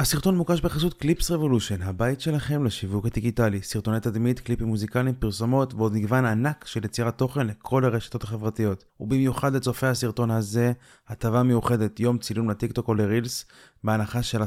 הסרטון מוקש בחסות קליפס רבולושן, הבית שלכם לשיווק הדיגיטלי, סרטוני תדמית, קליפים מוזיקליים, פרסומות ועוד מגוון ענק של יצירת תוכן לכל הרשתות החברתיות. ובמיוחד לצופי הסרטון הזה, הטבה מיוחדת, יום צילום לטיקטוק או לרילס, בהנחה של 10%.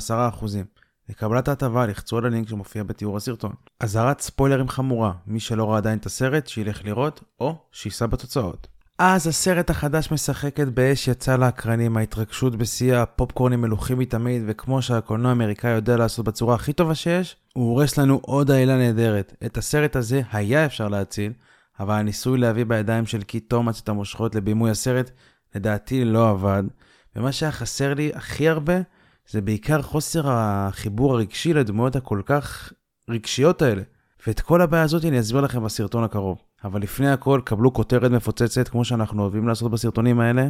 לקבלת ההטבה לחצו על הלינק שמופיע בתיאור הסרטון. אזהרת ספוילרים חמורה, מי שלא ראה עדיין את הסרט, שילך לראות או שיסע בתוצאות. אז הסרט החדש משחקת באש יצא לאקרנים, ההתרגשות בשיא, הפופקורנים מלוכים מתמיד, וכמו שהקולנוע האמריקאי יודע לעשות בצורה הכי טובה שיש, הוא הורס לנו עוד העילה נהדרת. את הסרט הזה היה אפשר להציל, אבל הניסוי להביא בידיים של קי תומאס את המושכות לבימוי הסרט, לדעתי לא עבד, ומה שהיה חסר לי הכי הרבה, זה בעיקר חוסר החיבור הרגשי לדמויות הכל כך רגשיות האלה. ואת כל הבעיה הזאת אני אסביר לכם בסרטון הקרוב. אבל לפני הכל, קבלו כותרת מפוצצת, כמו שאנחנו אוהבים לעשות בסרטונים האלה.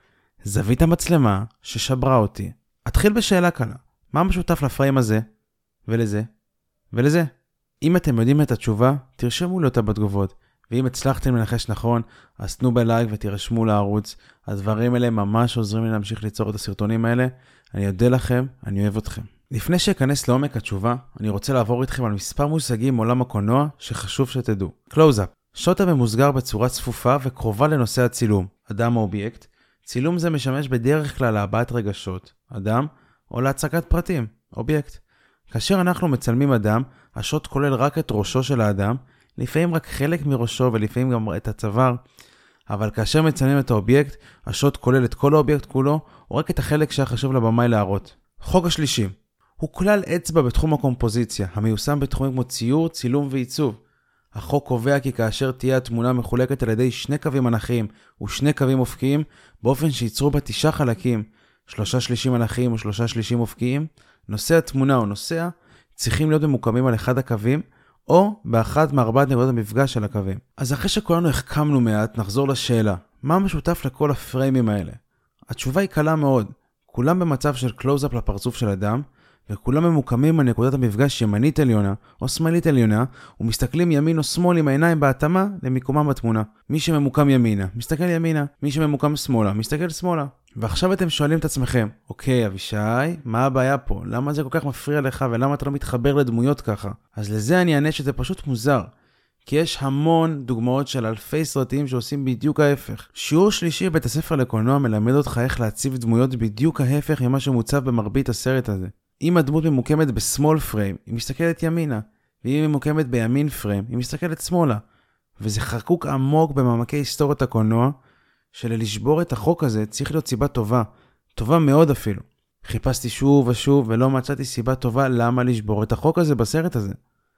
זווית המצלמה ששברה אותי. אתחיל בשאלה קלה. מה משותף לפריים הזה? ולזה? ולזה? אם אתם יודעים את התשובה, תרשמו לי אותה בתגובות. ואם הצלחתם לנחש נכון, אז תנו בלייק ותירשמו לערוץ. הדברים האלה ממש עוזרים לי להמשיך ליצור את הסרטונים האלה. אני יודע לכם, אני אוהב אתכם. לפני שאכנס לעומק התשובה, אני רוצה לעבור איתכם על מספר מושגים מעולם הקולנוע שחשוב שתדעו. קלוז-אפ. שוט ממוסגר בצורה צפופה וקרובה לנושא הצילום, אדם או אובייקט. צילום זה משמש בדרך כלל להבעת רגשות, אדם, או להצגת פרטים, אובייקט. כאשר אנחנו מצלמים אדם, השוט כולל רק את ראשו של האדם, לפעמים רק חלק מראשו ולפעמים גם את הצוואר, אבל כאשר מצלמים את האובייקט, השוט כולל את כל האובייקט כולו, או רק את החלק שהחשוב לבמאי להראות. חוק השלישי. הוא כלל אצבע בתחום הקומפוזיציה, המיושם בתחומים כמו ציור, צילום ועיצוב. החוק קובע כי כאשר תהיה התמונה מחולקת על ידי 2 קווים אנכיים ו2 קווים אופקיים, באופן שייצרו בה 9 חלקים, 3/3 אנכיים ו3/3 אופקיים, נושא התמונה או נושא צריכים להיות ממוקמים על אחד הקווים, או באחת מארבעת נקודות המפגש של הקווים. אז אחרי שכולנו החכמנו מעט, נחזור לשאלה, מה משותף לכל הפריימים האלה? התשובה היא קלה מאוד, כולם במצב של קלוז-אפ לפרצוף של אדם, וכולם ממוקמים על נקודת המפגש ימנית עליונה או שמאלית עליונה, ומסתכלים ימין או שמאל עם העיניים בהתאמה למיקומם בתמונה. מי שממוקם ימינה, מסתכל ימינה. מי שממוקם שמאלה, מסתכל שמאלה. ועכשיו אתם שואלים את עצמכם, אוקיי, אבישי, מה הבעיה פה? למה זה כל כך מפריע לך ולמה אתה לא מתחבר לדמויות ככה? אז לזה אני אענה שזה פשוט מוזר. כי יש המון דוגמאות של אלפי סרטים שעושים בדיוק ההפך. שיעור שלישי בבית הספר לקולנוע מלמד אותך איך להציב דמויות בדיוק ההפך ממה שמוצב במרבית הסרט הזה. אם הדמות ממוקמת בסמול פריים, היא מסתכלת ימינה, ואם היא ממוקמת בימין פריים, היא מסתכלת שמאלה. וזה חקוק עמוק במעמקי היסטוריות הקולנוע, שלשבור את החוק הזה צריך להיות סיבה טובה, טובה מאוד אפילו. חיפשתי שוב ושוב ולא מצאתי סיבה טובה למה לשבור את החוק הזה בסרט הזה.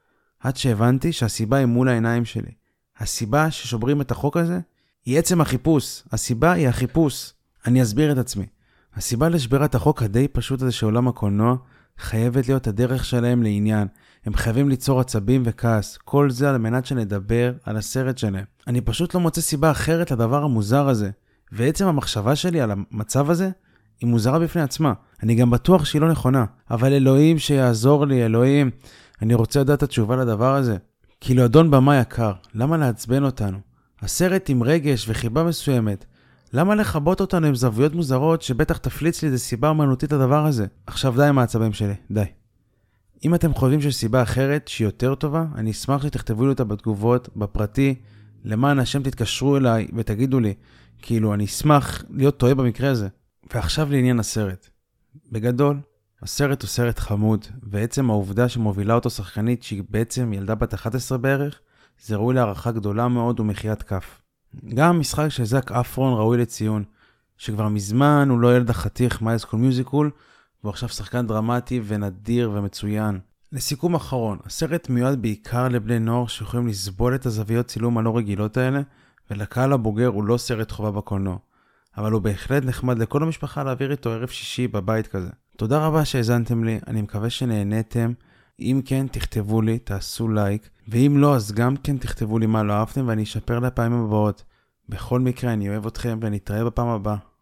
עד שהבנתי שהסיבה היא מול העיניים שלי. הסיבה ששוברים את החוק הזה היא עצם החיפוש. הסיבה היא החיפוש. אני אסביר את עצמי. הסיבה לשבירת החוק הדי פשוט הזה שעולם הקולנוע חייבת להיות הדרך שלהם לעניין. הם חייבים ליצור עצבים וכעס. כל זה על מנת שנדבר על הסרט שלהם. אני פשוט לא מוצא סיבה אחרת לדבר המוזר הזה. ועצם המחשבה שלי על המצב הזה היא מוזרה בפני עצמה. אני גם בטוח שהיא לא נכונה. אבל אלוהים שיעזור לי, אלוהים. אני רוצה לדעת את התשובה לדבר הזה. כאילו אדון במה יקר, למה לעצבן אותנו? הסרט עם רגש וחיבה מסוימת. למה לחבות אותנו עם זוויות מוזרות שבטח תפליץ לי איזה סיבה אמנותית לדבר הזה? עכשיו די עם העצבים שלי, די. אם אתם חושבים שיש סיבה אחרת שהיא יותר טובה, אני אשמח שתכתבו לי אותה בתגובות, בפרטי, למען השם תתקשרו אליי ותגידו לי, כאילו אני אשמח להיות טועה במקרה הזה. ועכשיו לעניין הסרט. בגדול, הסרט הוא סרט חמוד, ועצם העובדה שמובילה אותו שחקנית שהיא בעצם ילדה בת 11 בערך, זה ראוי להערכה גדולה מאוד ומחיית כף. גם המשחק של זק אפרון ראוי לציון, שכבר מזמן הוא לא ילד החתיך מהיי סקול מיוזיקל, והוא עכשיו שחקן דרמטי ונדיר ומצוין. לסיכום אחרון, הסרט מיועד בעיקר לבני נוער שיכולים לסבול את הזוויות צילום הלא רגילות האלה, ולקהל הבוגר הוא לא סרט חובה בקולנוע. אבל הוא בהחלט נחמד לכל המשפחה להעביר איתו ערב שישי בבית כזה. תודה רבה שהזנתם לי, אני מקווה שנהניתם. אם כן, תכתבו לי, תעשו לייק, ואם לא, אז גם כן תכתבו לי מה לא אהבתם ואני אשפר לפעמים הבאות. בכל מקרה, אני אוהב אתכם ונתראה בפעם הבאה.